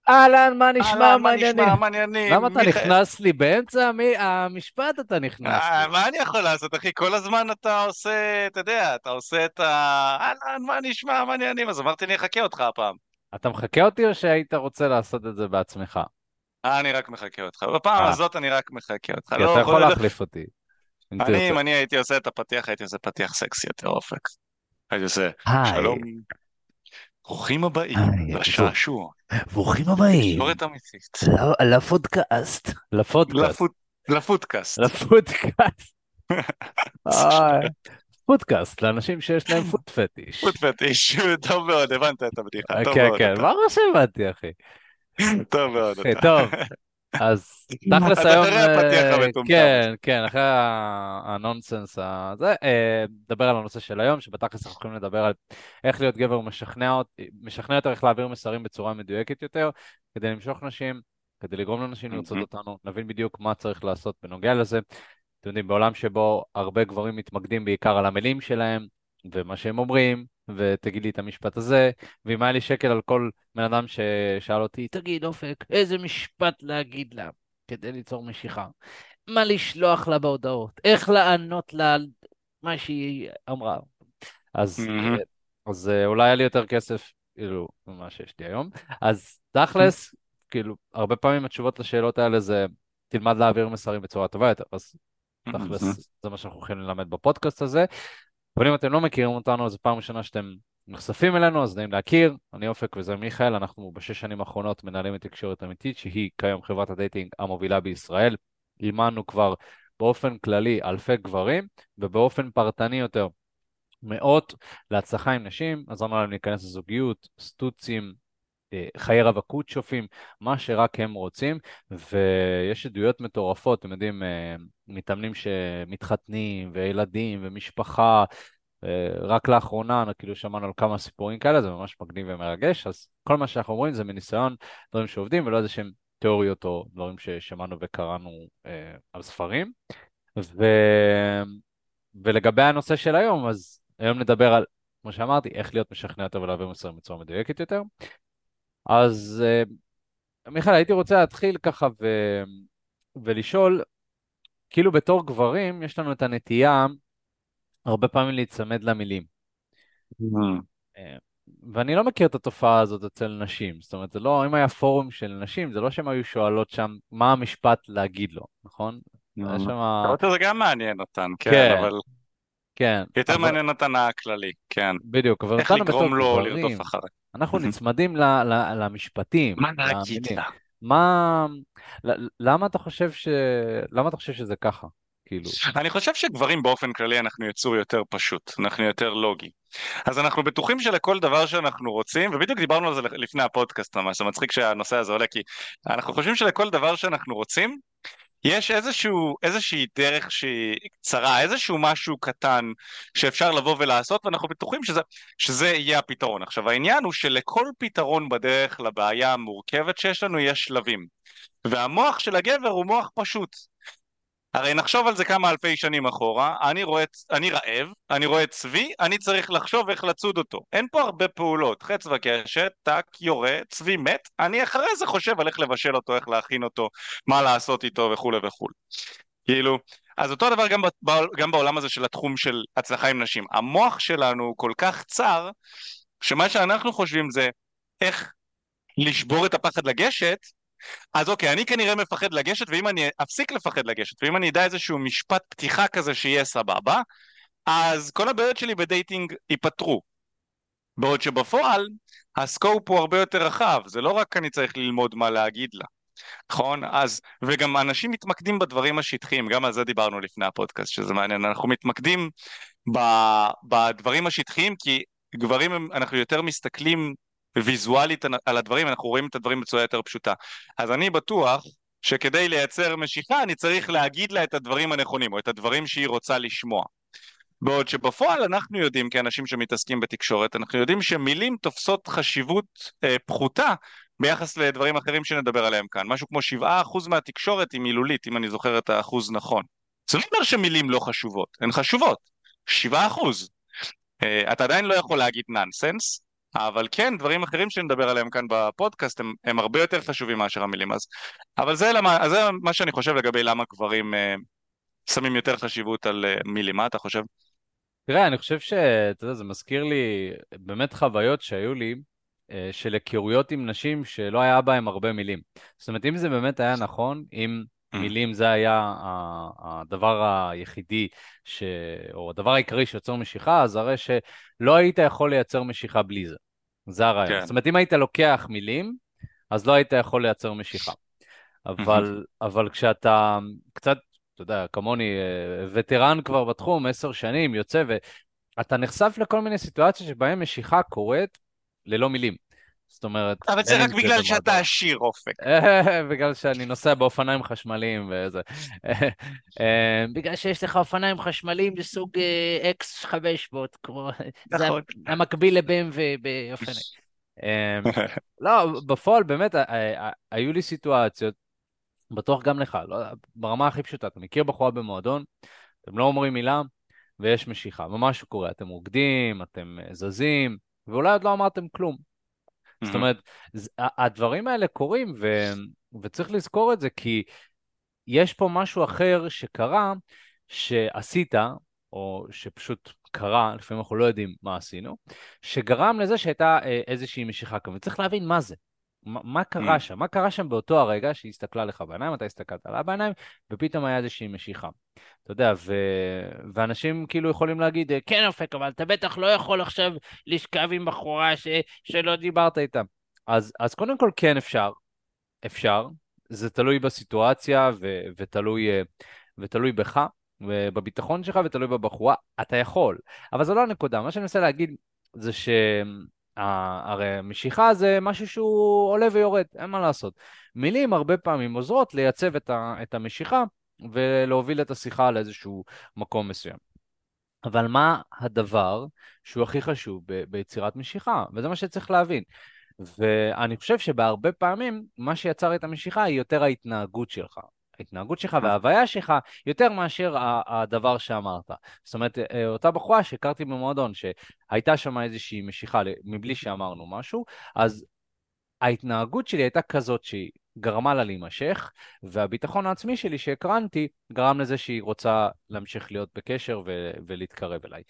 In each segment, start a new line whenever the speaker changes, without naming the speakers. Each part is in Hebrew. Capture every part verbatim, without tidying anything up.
אהלן, מה נשמע,
אהלן,
מה
מה
העניינים?
נשמע? מעניינים?
למה אתה
מיכאל.
נכנס לי באמצע מי- המשפט אתה נכנס
אה,
לי?
מה אני יכול לעשות, אחי? כל הזמן אתה עושה, אתה יודע, אתה עושה את ה... אהלן, מה נשמע? מעניינים. אז אמרתי, אני אחכה אותך הפעם.
אתה מחכה אותי או שהיית רוצה לעשות את זה בעצמך?
אה, אני רק מחכה אותך. בפעם
אה,
הזאת אני רק מחכה אותך.
כי אתה
לא,
יכול
יכול... לא...
להחליף אותי, אם
אני,
תרצה.
אם אני הייתי עושה את הפתיח, הייתי עושה פתיח סקסי יותר אופק. הייתי עושה,
היי,
שלום, ברוכים הבאים
היי, ו-
לשעשוע.
ברוכים הבאים
תקשורת אמיתית.
ל- לפודקאסט, לפודקאסט,
לפוט... לפודקאסט.
לפודקאסט, היי, פודקאסט, לאנשים שיש להם פוד פטיש.
פוט פטיש. טוב מאוד, הבנת את הבדיחה.
אה,
טוב
כן,
מאוד
כן,
אתה.
מה רשמתי, אחי?
טוב מאוד
אחי,
אתה.
טוב. אז תכלס
אז
היום,
אחרי הפתיח
אה,
המטומטם הזה.
כן, כן, אחרי ה- הנונסנס הזה, אה, נדבר על הנושא של היום, שבתכלס אנחנו יכולים לדבר על איך להיות גבר משכנע, אות- משכנע יותר, איך להעביר מסרים בצורה מדויקת יותר, כדי למשוך נשים, כדי לגרום לנשים לרצות
מהמם,
אותנו, נבין בדיוק מה צריך לעשות בנוגע לזה. אתם יודעים, בעולם שבו הרבה גברים מתמקדים בעיקר על המילים שלהם, ומה שהם אומרים, ותגיד לי את המשפט הזה, ואם היה לי שקל על כל בן אדם ששאל אותי, תגיד אופק, איזה משפט להגיד לה כדי ליצור משיכה? מה לשלוח לה בהודעות? איך לענות לה על מה שהיא אמרה? אז,
מהמם,
אה, אז אה, אולי היה לי יותר כסף, כאילו, ממה שיש לי היום. אז תכלס, כאילו, הרבה פעמים התשובות לשאלות האלה זה, תלמד להעביר מסרים בצורה טובה יותר. אז
מהמם.
תכלס, זה מה שאנחנו הולכים ללמד בפודקאסט הזה. אבל אם אתם לא מכירים אותנו, זו פעם ראשונה שאתם נחשפים אלינו, אז נעים להכיר. אני אופק וזה מיכאל, אנחנו בשש שנים האחרונות מנהלים את תקשורת אמיתית, שהיא כיום חברת הדייטינג המובילה בישראל. אימנו כבר באופן כללי אלפי גברים, ובאופן פרטני יותר מאות להצלחה עם נשים, עזרנו להם להיכנס לזוגיות, סטוצים, אה, חיי רווקות שופים, מה שרק הם רוצים, ויש עדויות מטורפות, אתם יודעים, אה, מתאמנים שמתחתנים, וילדים, ומשפחה, אה, רק לאחרונה, כאילו שמענו על כמה סיפורים כאלה, זה ממש מגניב ומרגש, אז כל מה שאנחנו אומרים זה מניסיון, דברים שעובדים, ולא איזה שהם תיאוריות או דברים ששמענו וקראנו אה, על ספרים. ו... ולגבי הנושא של היום, אז היום נדבר על, כמו שאמרתי, איך להיות משכנע יותר ולהעביר מסרים בצורה מדויקת יותר. אז אה, מיכאל, הייתי רוצה להתחיל ככה ו... ולשאול, כאילו בתור גברים, יש לנו את הנטייה הרבה פעמים להיצמד למילים.
מהמם.
אה, ואני לא מכיר את התופעה הזאת אצל נשים. זאת אומרת, זה לא, אם היה פורום של נשים, זה לא שהן היו שואלות שם מה המשפט להגיד לו, נכון? היה
מהמם.
שם...
למרות שזה גם מעניין אותן, כן,
כן,
אבל
כן,
יותר
אבל
מעניין אותן הכללי, כן.
בדיוק, אבל
איך
אותנו בתור
לגרום לו לרדוף
גברים,
אחרי.
אנחנו
מהמם.
נצמדים ל, ל, למשפטים,
מה להגיד
למילים.
לה?
מה... ל- למה אתה חושב ש... למה אתה חושב שזה ככה? כאילו...
אני חושב שגברים באופן כללי אנחנו יצור יותר פשוט, אנחנו יותר לוגי. אז אנחנו בטוחים שלכל דבר שאנחנו רוצים, ובדיוק דיברנו על זה לפני הפודקאסט ממש, זה מצחיק שהנושא הזה עולה, כי אנחנו חושבים שלכל דבר שאנחנו רוצים, יש איזשהו, איזושהי דרך שהיא קצרה, איזשהו משהו קטן שאפשר לבוא ולעשות, ואנחנו בטוחים שזה, שזה יהיה הפתרון. עכשיו, העניין הוא שלכל פתרון בדרך לבעיה המורכבת שיש לנו יש שלבים, והמוח של הגבר הוא מוח פשוט. הרי נחשוב על זה כמה אלפי שנים אחורה, אני רואה, אני רעב, אני רואה צבי, אני צריך לחשוב איך לצוד אותו. אין פה הרבה פעולות, חץ וקשת, טק, יורה, צבי מת, אני אחרי זה חושב על איך לבשל אותו, איך להכין אותו, מה לעשות איתו וכולי וכולי. כאילו, אז אותו דבר גם, ב- גם בעולם הזה של התחום של הצלחה עם נשים. המוח שלנו הוא כל כך צר, שמה שאנחנו חושבים זה איך לשבור את הפחד לגשת, אז אוקיי, אני כנראה מפחד לגשת, ואם אני אפסיק לפחד לגשת, ואם אני אדע איזשהו משפט פתיחה כזה שיהיה סבבה, אז כל הבעיות שלי בדייטינג ייפתרו. בעוד שבפועל, הסקופ הוא הרבה יותר רחב, זה לא רק אני צריך ללמוד מה להגיד לה, נכון? אז, וגם אנשים מתמקדים בדברים השטחיים, גם על זה דיברנו לפני הפודקאסט, שזה מעניין, אנחנו מתמקדים ב, בדברים השטחיים, כי גברים הם, אנחנו יותר מסתכלים ויזואלית על הדברים, אנחנו רואים את הדברים בצורה יותר פשוטה. אז אני בטוח שכדי לייצר משיכה אני צריך להגיד לה את הדברים הנכונים, או את הדברים שהיא רוצה לשמוע. בעוד שבפועל אנחנו יודעים, כאנשים שמתעסקים בתקשורת, אנחנו יודעים שמילים תופסות חשיבות אה, פחותה ביחס לדברים אחרים שנדבר עליהם כאן. משהו כמו שבעה אחוז מהתקשורת היא מילולית, אם אני זוכר את האחוז נכון. זה לא אומר שמילים לא חשובות, הן חשובות. שבעה אחוז. אה, אתה עדיין לא יכול להגיד נאנסנס, אבל כן, דברים אחרים שנדבר עליהם כאן בפודקאסט הם, הם הרבה יותר חשובים מאשר המילים. אז, אבל זה, למה, אז זה מה שאני חושב לגבי למה גברים אה, שמים יותר חשיבות על אה, מילים. מה אתה חושב?
תראה, אני חושב שאתה יודע, זה מזכיר לי באמת חוויות שהיו לי אה, של היכרויות עם נשים שלא היה בהן הרבה מילים. זאת אומרת, אם זה באמת היה נכון, אם
Mm,
מילים זה היה ה- הדבר היחידי, ש... או הדבר העיקרי שיוצר משיכה, אז הרי שלא היית יכול לייצר משיכה בלי זה. זה הרעיון. זאת
כן.
אומרת, אם היית לוקח מילים, אז לא היית יכול לייצר משיכה.
מהמם.
אבל, אבל כשאתה קצת, אתה יודע, כמוני, אה, וטרן כבר בתחום, עשר שנים, יוצא, אתה נחשף לכל מיני סיטואציות שבהן משיכה קורית ללא מילים. זאת אומרת,
אבל
בין
זה
אם
רק
זה
בגלל שאתה
במועדון.
עשיר, אופק.
בגלל שאני נוסע באופניים חשמליים וזה. אה, בגלל שיש לך אופניים חשמליים לסוג אקס חמש מאות, כמו, זה
נכון.
המקביל ל-בי אם דאבליו באופניים. אה, לא, בפועל באמת, אה, אה, היו לי סיטואציות, בטוח גם לך, לא, ברמה הכי פשוטה, אתה מכיר בחורה במועדון, אתם לא אומרים מילה, ויש משיכה, ומשהו קורה, אתם רוקדים, אתם אה, זזים, ואולי עוד לא אמרתם כלום. זאת
מהמם.
אומרת, ז- ה- הדברים האלה קורים, ו... וצריך לזכור את זה, כי יש פה משהו אחר שקרה, שעשית, או שפשוט קרה, לפעמים אנחנו לא יודעים מה עשינו, שגרם לזה שהייתה אה, איזושהי משיכה כזאת. וצריך להבין מה זה. מה, מה קרה
מהמם.
שם? מה קרה שם באותו הרגע שהיא הסתכלה לך בעיניים, אתה הסתכלת עליה בעיניים, ופתאום היה איזושהי משיכה. אתה יודע, ו... ואנשים כאילו יכולים להגיד, כן אופק, אבל אתה בטח לא יכול עכשיו לשכב עם בחורה ש... שלא דיברת איתה. אז, אז קודם כל כן אפשר, אפשר, זה תלוי בסיטואציה ו... ותלוי, אה, ותלוי בך, ובביטחון שלך ותלוי בבחורה, אתה יכול. אבל זו לא הנקודה, מה שאני מנסה להגיד זה ש... ה- הרי משיכה זה משהו שהוא עולה ויורד, אין מה לעשות. מילים הרבה פעמים עוזרות לייצב את, ה... את המשיכה ולהוביל את השיחה לאיזשהו מקום מסוים. אבל מה הדבר שהוא הכי חשוב ב- ביצירת משיכה? וזה מה שצריך להבין. ואני חושב שבהרבה פעמים מה שיצר את המשיכה היא יותר ההתנהגות שלך. ההתנהגות שלך וההוויה שלך יותר מאשר ה- הדבר שאמרת. זאת אומרת, אה, אותה בחורה שהכרתי במועדון, שהייתה שם איזושהי משיכה מבלי שאמרנו משהו, אז ההתנהגות שלי הייתה כזאת שהיא גרמה לה להימשך, והביטחון העצמי שלי שהקרנתי גרם לזה שהיא רוצה להמשיך להיות בקשר ו- ולהתקרב אליי.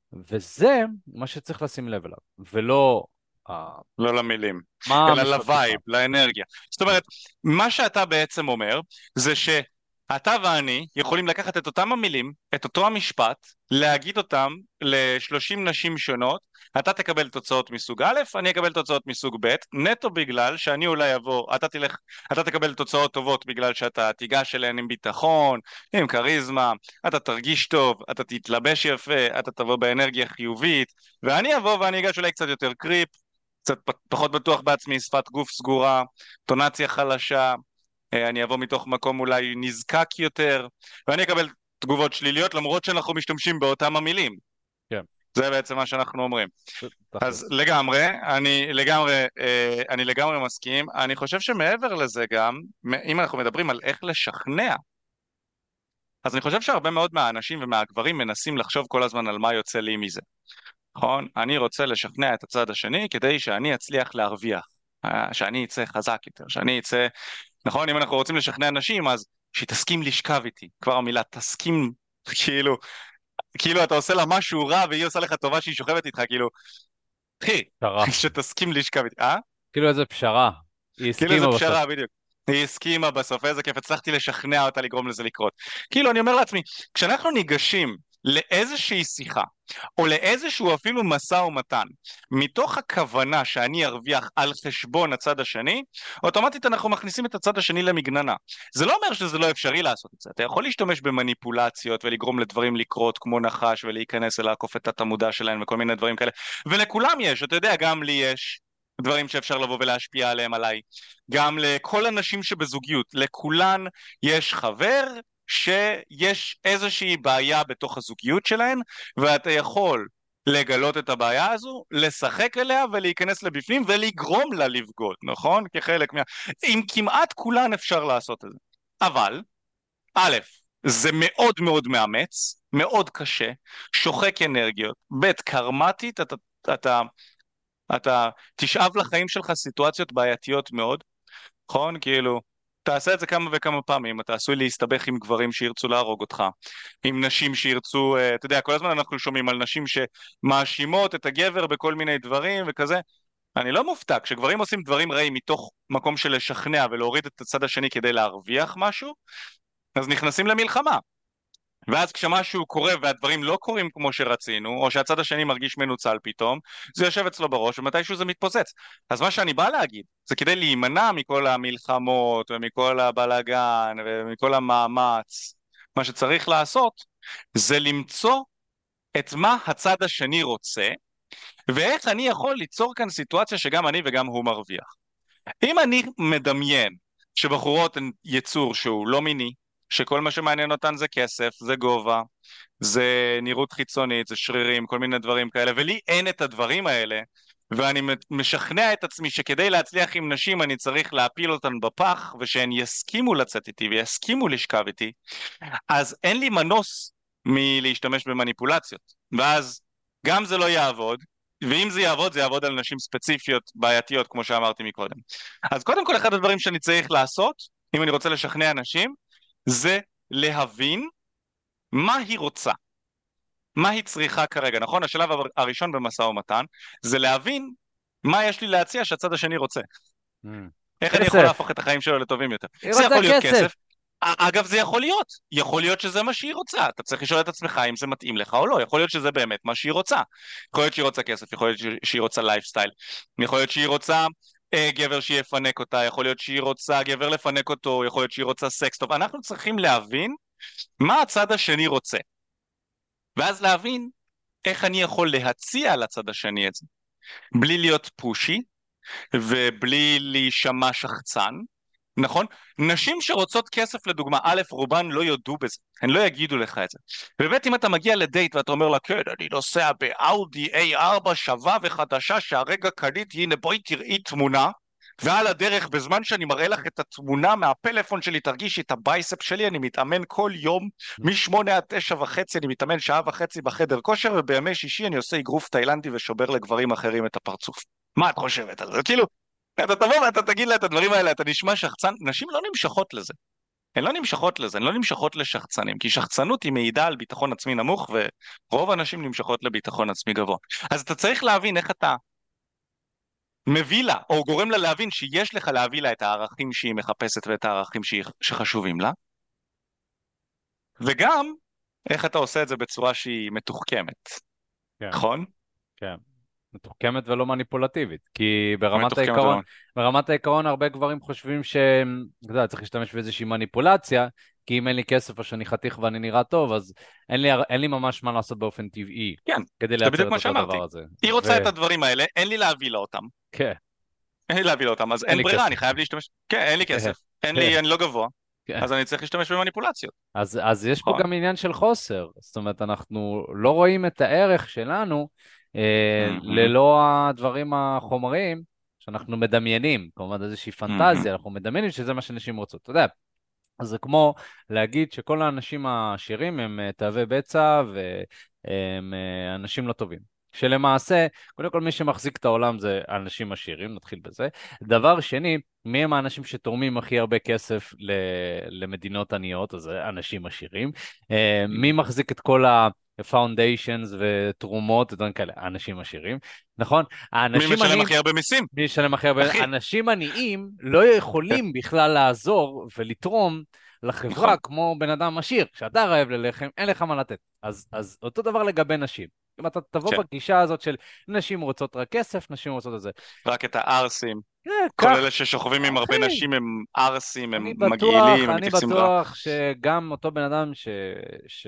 וזה מה שצריך לשים לב אליו, ולא uh,
לא למילים,
מה
אלא
המשפט שלך.
לווייב, לאנרגיה. זאת אומרת, מה שאתה בעצם אומר, זה שאתה ואני יכולים לקחת את אותם המילים, את אותו המשפט, להגיד אותם ל-שלושים נשים שונות, אתה תקבל תוצאות מסוג א', אני אקבל תוצאות מסוג ב', נטו בגלל שאני אולי אבוא, אתה תלך, אתה תקבל תוצאות טובות בגלל שאתה תיגש אליהן עם ביטחון, עם כריזמה, אתה תרגיש טוב, אתה תתלבש יפה, אתה תבוא באנרגיה חיובית, ואני אבוא ואני אגש אולי קצת יותר קריפ, קצת פ- פחות בטוח בעצמי, שפת גוף סגורה, טונציה חלשה, אה, אני אבוא מתוך מקום אולי נזקק יותר, ואני אקבל תגובות שליליות למרות שאנחנו משתמשים באותם המילים.
כן,
זה בעצם מה שאנחנו אומרים. אז
תכלס.
לגמרי, אני לגמרי, אה, אני לגמרי מסכים. אני חושב שמעבר לזה גם, מ- אם אנחנו מדברים על איך לשכנע, אז אני חושב שהרבה מאוד מהאנשים ומהגברים מנסים לחשוב כל הזמן על מה יוצא לי מזה. נכון? אני רוצה לשכנע את הצד השני כדי שאני אצליח להרוויח, אה, שאני אצא חזק יותר, שאני אצא, נכון? אם אנחנו רוצים לשכנע נשים, אז שהיא תסכים לשכב איתי. כבר המילה תסכים, כאילו, כאילו אתה עושה לה משהו רע והיא עושה לך טובה שהיא שוכבת איתך, כאילו, אחי,
פשרה.
שתסכים לשכב איתי, אה?
כאילו איזה פשרה. היא
כאילו זה
הסכימה בסוף.
פשרה, בדיוק. היא הסכימה בסוף, איזה כיף, הצלחתי לשכנע אותה לגרום לזה לקרות. כאילו, אני אומר לעצמי, כשאנחנו ניגשים לאיזושהי שיחה, או לאיזשהו אפילו משא ומתן, מתוך הכוונה שאני ארוויח על חשבון הצד השני, אוטומטית אנחנו מכניסים את הצד השני למגננה. זה לא אומר שזה לא אפשרי לעשות את זה. אתה יכול להשתמש במניפולציות ולגרום לדברים לקרות כמו נחש ולהיכנס ולעקוף את התת-המודע שלהם וכל מיני דברים כאלה. ולכולם יש, אתה יודע, גם לי יש. דברים שאפשר לבוא ולהשפיע עליהם עליי. גם לכל הנשים שבזוגיות, לכולן יש חבר שיש איזושהי בעיה בתוך הזוגיות שלהן, ואתה יכול לגלות את הבעיה הזו, לשחק עליה ולהיכנס לבפנים ולגרום לה לבגוד, נכון? כחלק מה... עם כמעט כולן אפשר לעשות את זה. אבל, א', זה מאוד מאוד מאמץ, מאוד קשה, שוחק אנרגיות, ב', קרמטית, אתה, אתה אתה תשאב לחיים שלך סיטואציות בעייתיות מאוד, נכון? כאילו, תעשה את זה כמה וכמה פעמים, אתה עשוי להסתבך עם גברים שירצו להרוג אותך, עם נשים שירצו, אה, אתה יודע, כל הזמן אנחנו שומעים על נשים שמאשימות את הגבר בכל מיני דברים וכזה. אני לא מופתע, כשגברים עושים דברים רעים מתוך מקום של לשכנע ולהוריד את הצד השני כדי להרוויח משהו, אז נכנסים למלחמה. ואז כשמשהו קורה והדברים לא קורים כמו שרצינו, או שהצד השני מרגיש מנוצל פתאום, זה יושב אצלו בראש ומתישהו זה מתפוצץ. אז מה שאני בא להגיד, זה כדי להימנע מכל המלחמות ומכל הבלגן ומכל המאמץ, מה שצריך לעשות זה למצוא את מה הצד השני רוצה, ואיך אני יכול ליצור כאן סיטואציה שגם אני וגם הוא מרוויח. אם אני מדמיין שבחורות הן יצור שהוא לא מיני, שכל מה שמעניין אותן זה כסף, זה גובה, זה נראות חיצונית, זה שרירים, כל מיני דברים כאלה, ולי אין את הדברים האלה, ואני משכנע את עצמי שכדי להצליח עם נשים אני צריך להפיל אותן בפח, ושהן יסכימו לצאת איתי ויסכימו לשכב איתי, אז אין לי מנוס מלהשתמש במניפולציות. ואז גם זה לא יעבוד, ואם זה יעבוד, זה יעבוד על נשים ספציפיות בעייתיות, כמו שאמרתי מקודם. אז קודם כל, אחד הדברים שאני צריך לעשות, אם אני רוצה לשכנע אנשים, זה להבין מה היא רוצה, מה היא צריכה כרגע, נכון? השלב הראשון במשא ומתן, זה להבין מה יש לי להציע שהצד השני רוצה.
Mm.
איך אני יכול
כסף.
להפוך את החיים שלו לטובים יותר.
היא
זה
רוצה
יכול להיות
כסף.
כסף. אגב, זה יכול להיות. יכול להיות שזה מה שהיא רוצה. אתה צריך לשאול את עצמך אם זה מתאים לך או לא. יכול להיות שזה באמת מה שהיא רוצה. יכול להיות שהיא רוצה כסף, יכול להיות שהיא רוצה לייפסטייל. יכול להיות שהיא רוצה אה, גבר שיפנק אותה, יכול להיות שהיא רוצה גבר לפנק אותו, יכול להיות שהיא רוצה סקס טוב. אנחנו צריכים להבין מה הצד השני רוצה. ואז להבין איך אני יכול להציע לצד השני את זה. בלי להיות פושי, ובלי להישמע שחצן, נכון? נשים שרוצות כסף לדוגמה, א', רובן לא יודו בזה, הן לא יגידו לך את זה. ובאמת אם אתה מגיע לדייט ואתה אומר לה, כן, אני נוסע באאודי איי ארבע שווה וחדשה שהרגע קניתי, הנה בואי תראי תמונה, ועל הדרך בזמן שאני מראה לך את התמונה מהפלאפון שלי, תרגישי את הבייספ שלי, אני מתאמן כל יום, משמונה עד תשע וחצי, אני מתאמן שעה וחצי בחדר כושר, ובימי שישי אני עושה אגרוף תאילנדי ושובר לגברים אחרים את הפרצוף. מה את חושבת על זה? כאילו, אתה תבוא ואתה תגיד לה את הדברים האלה, אתה נשמע שחצן, נשים לא נמשכות לזה. הן לא נמשכות לזה, הן לא נמשכות לשחצנים, כי שחצנות היא מעידה על ביטחון עצמי נמוך, ורוב הנשים נמשכות לביטחון עצמי גבוה. אז אתה צריך להבין איך אתה מביא לה, או גורם לה להבין שיש לך להביא לה את הערכים שהיא מחפשת ואת הערכים שהיא, שחשובים לה, וגם איך אתה עושה את זה בצורה שהיא מתוחכמת,
כן,
נכון?
כן. מתוחכמת ולא מניפולטיבית, כי ברמת
מתוחכמת
העיקרון,
ולא...
ברמת העיקרון הרבה גברים חושבים שהם, אתה יודע, צריך להשתמש באיזושהי מניפולציה, כי אם אין לי כסף או שאני חתיך ואני נראה טוב, אז אין לי, אין לי ממש מה לעשות באופן טבעי,
כן,
כדי
זה
לייצר
בדיוק
את
מה
אותו
שאמרתי.
דבר הזה.
היא
ו...
רוצה את הדברים האלה, אין לי להביא לה אותם.
כן,
אין לי להביא לה אותם, אז
אין
אין
לי
ברירה,
כסף.
אני חייב להשתמש... כן, אין לי כסף. אין לי, אני לא גבוה,
כן.
אז אני צריך להשתמש במניפולציות.
אז, אז יש פה
נכון?
גם עניין של חוסר, זאת אומרת, אנחנו לא רואים את הערך שלנו אה,
מהמם,
ללא הדברים החומריים שאנחנו מדמיינים, כלומר איזושהי
מהמם,
פנטזיה, אנחנו מדמיינים שזה מה שאנשים רוצות, אתה יודע, אז זה כמו להגיד שכל האנשים העשירים הם אה, תאבי בצע והם אה, אנשים לא טובים. שלמעשה, קודם כל מי שמחזיק את העולם זה אנשים עשירים, נתחיל בזה. דבר שני, מי הם האנשים שתורמים הכי הרבה כסף ל- למדינות עניות, אז זה אנשים עשירים. אה, מי
מהמם.
מחזיק את כל ה-foundations ותרומות, ודברים כאלה, אנשים עשירים, נכון?
מי
האנשים
משלם
עניים,
הכי הרבה מיסים?
מי ישלם הכי הרבה,
אחי.
אנשים עניים לא
כן,
יכולים בכלל לעזור ולתרום לחברה
נכון,
כמו בן אדם עשיר. כשאתה רעב ללחם, אין לך מה לתת. אז, אז אותו דבר לגבי נשים. אם אתה תבוא
כן.
בגישה הזאת של נשים רוצות רק כסף, נשים רוצות את זה.
רק את הערסים.
כן,
כל
קח,
אלה ששוכבים עם הרבה
אחי,
נשים הם ערסים,
אני
הם
בטוח,
מגעילים, הם
אני
מתייחסים רע.
בטוח שגם אותו בן אדם ש, ש,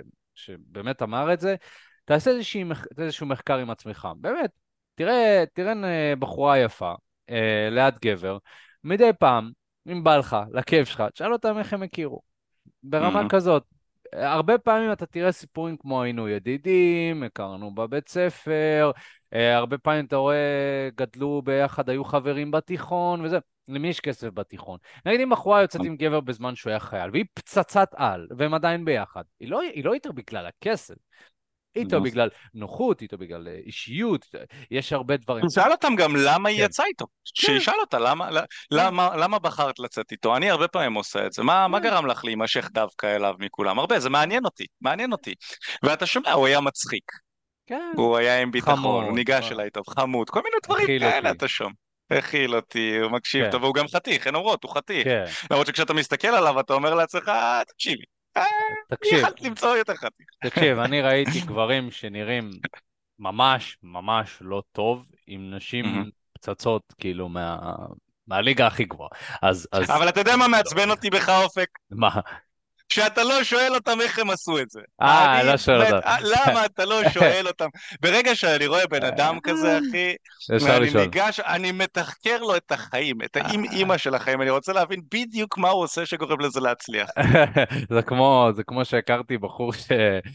שבאמת אמר את זה, תעשה איזושהי, מח- איזשהו מחקר עם עצמך. באמת, תראה, תראה אה, בחורה יפה, אה, ליד גבר, מדי פעם, אם בא לך, לכיף שלך, תשאל אותם איך הם הכירו. ברמה
מהמם.
כזאת. הרבה פעמים אתה תראה סיפורים כמו היינו ידידים, הכרנו בבית ספר, אה, הרבה פעמים אתה רואה גדלו ביחד, היו חברים בתיכון וזה. למי יש כסף בתיכון? נגיד אם בחורה יוצאת עם גבר בזמן שהוא היה חייל, והיא פצצת על, והם עדיין ביחד, היא לא, היא לא איתו בגלל הכסף. איתו בגלל נוחות, איתו בגלל אישיות, יש הרבה דברים.
שאל אותם גם למה היא
כן.
יצאה איתו,
כן,
שישאל אותה למה,
כן,
למה, למה בחרת לצאת איתו, אני הרבה פעמים עושה את זה, מה, מה
כן,
גרם לך להימשך דווקא אליו מכולם, הרבה, זה מעניין אותי, מעניין אותי, ואתה שומע, הוא היה מצחיק,
כן.
הוא היה עם ביטחון, הוא
חמוד,
ניגש
אה,
אליי טוב, חמוד, כל מיני דברים
הכיל
כאלה
אותי.
אתה שומע. הכיל אותי, הוא מקשיב
כן,
טוב, והוא גם חתיך, אין אומרות, הוא חתיך.
כן.
למרות שכשאתה מסתכל עליו, אתה אומר לעצמך, "אה, תקשיבי, אה, אני
תקשיב,
יכולתי למצוא יותר חתיך."
תקשיב, אני ראיתי גברים שנראים ממש ממש לא טוב, עם
מהמם.
נשים פצצות, כאילו, מה... מהליגה הכי גבוהה. אז, אז,
אבל אתה יודע
אז
מה
לא.
מעצבן אותי בך, אופק?
מה?
שאתה לא שואל אותם איך הם עשו את זה.
אה,
אני
לא שואל
מת,
אותה.
אה, למה אתה לא שואל אותם? ברגע שאני רואה בן אדם כזה, אחי,
אפשר
אני
לשאול.
ניגש, אני מתחקר לו את החיים, את האם אימא של החיים, אני רוצה להבין בדיוק מה הוא עושה שגורם לזה להצליח.
זה כמו, זה כמו שהכרתי בחור ש...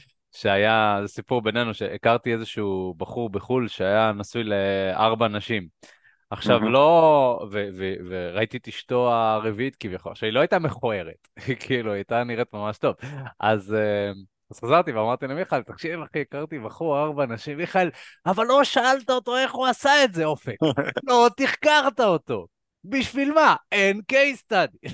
שהיה, זה סיפור בינינו, שהכרתי איזשהו בחור בחו"ל שהיה נשוי לארבע נשים. עכשיו
מהמם.
לא, ו- ו- וראיתי את אשתו הרביעית כביכול, שהיא לא הייתה מכוערת, כאילו, היא הייתה נראית ממש טוב. אז, אה, אז חזרתי ואמרתי למיכאל, תקשיב אחי, הכרתי בחור ארבע נשים, מיכאל, אבל לא שאלת אותו איך הוא עשה את זה, אופק. לא תחקרת אותו. בשביל מה? אין case study.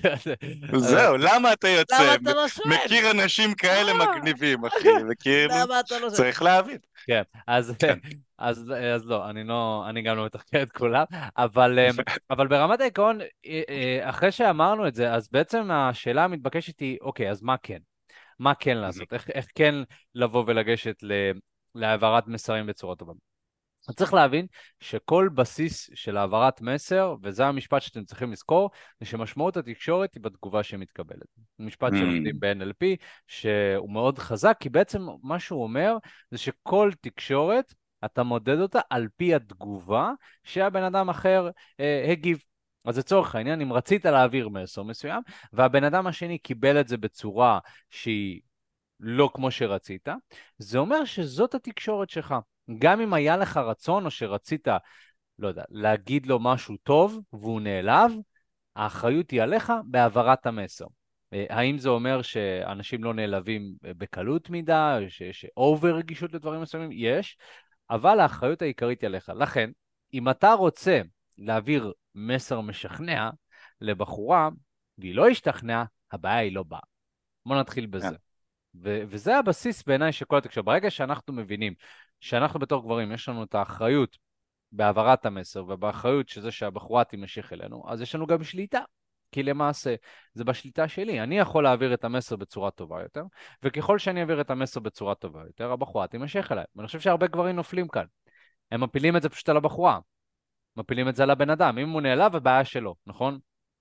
זהו, למה אתה
למה
יוצא?
אתה לא שואל?
מכיר אנשים כאלה
אה,
מגניבים, אחי, וכאילו,
למה אתה לא שואל?
צריך להבין.
כן, אז,
כן.
אז, אז לא, אני לא, אני גם לא מתחקר את כולם, אבל, אה, אבל ברמת העיקרון, אה, אה, אחרי שאמרנו את זה, אז בעצם השאלה המתבקשת היא, אוקיי, אז מה כן? מה כן לעשות? איך, איך כן לבוא ולגשת ל, להעברת מסרים בצורה טובה? אז צריך להבין שכל בסיס של העברת מסר, וזה המשפט שאתם צריכים לזכור, זה שמשמעות התקשורת היא בתגובה שמתקבלת. זה משפט שלומדים
Mm.
ב-אן אל פי, שהוא מאוד חזק, כי בעצם מה שהוא אומר זה שכל תקשורת, אתה מודד אותה על פי התגובה שהבן אדם אחר אה, הגיב. אז לצורך העניין, אם רצית להעביר מסר מסוים, והבן אדם השני קיבל את זה בצורה שהיא לא כמו שרצית, זה אומר שזאת התקשורת שלך. גם אם היה לך רצון או שרצית, לא יודע, להגיד לו משהו טוב והוא נעלב, האחריות היא עליך בהעברת המסר. אה, האם זה אומר שאנשים לא נעלבים בקלות מדי, שיש אובר רגישות לדברים מסוימים? יש, אבל האחריות העיקרית היא עליך. לכן, אם אתה רוצה להעביר מסר משכנע לבחורה, והיא לא השתכנעה, הבעיה היא לא באה. בוא נתחיל
כן.
בזה. ו- וזה הבסיס בעיניי של כל התקשורת. ברגע שאנחנו מבינים שאנחנו בתור גברים, יש לנו את האחריות בהעברת המסר ובאחריות שזה שהבחורה תימשך אלינו, אז יש לנו גם שליטה. כי למעשה זה בשליטה שלי. אני יכול להעביר את המסר בצורה טובה יותר, וככל שאני אעביר את המסר בצורה טובה יותר, הבחורה תימשך אליי. ואני חושב שהרבה גברים נופלים כאן. הם מפילים את זה פשוט על הבחורה. מפילים את זה על הבן אדם. אם הוא נעלב, הבעיה שלו, נכון?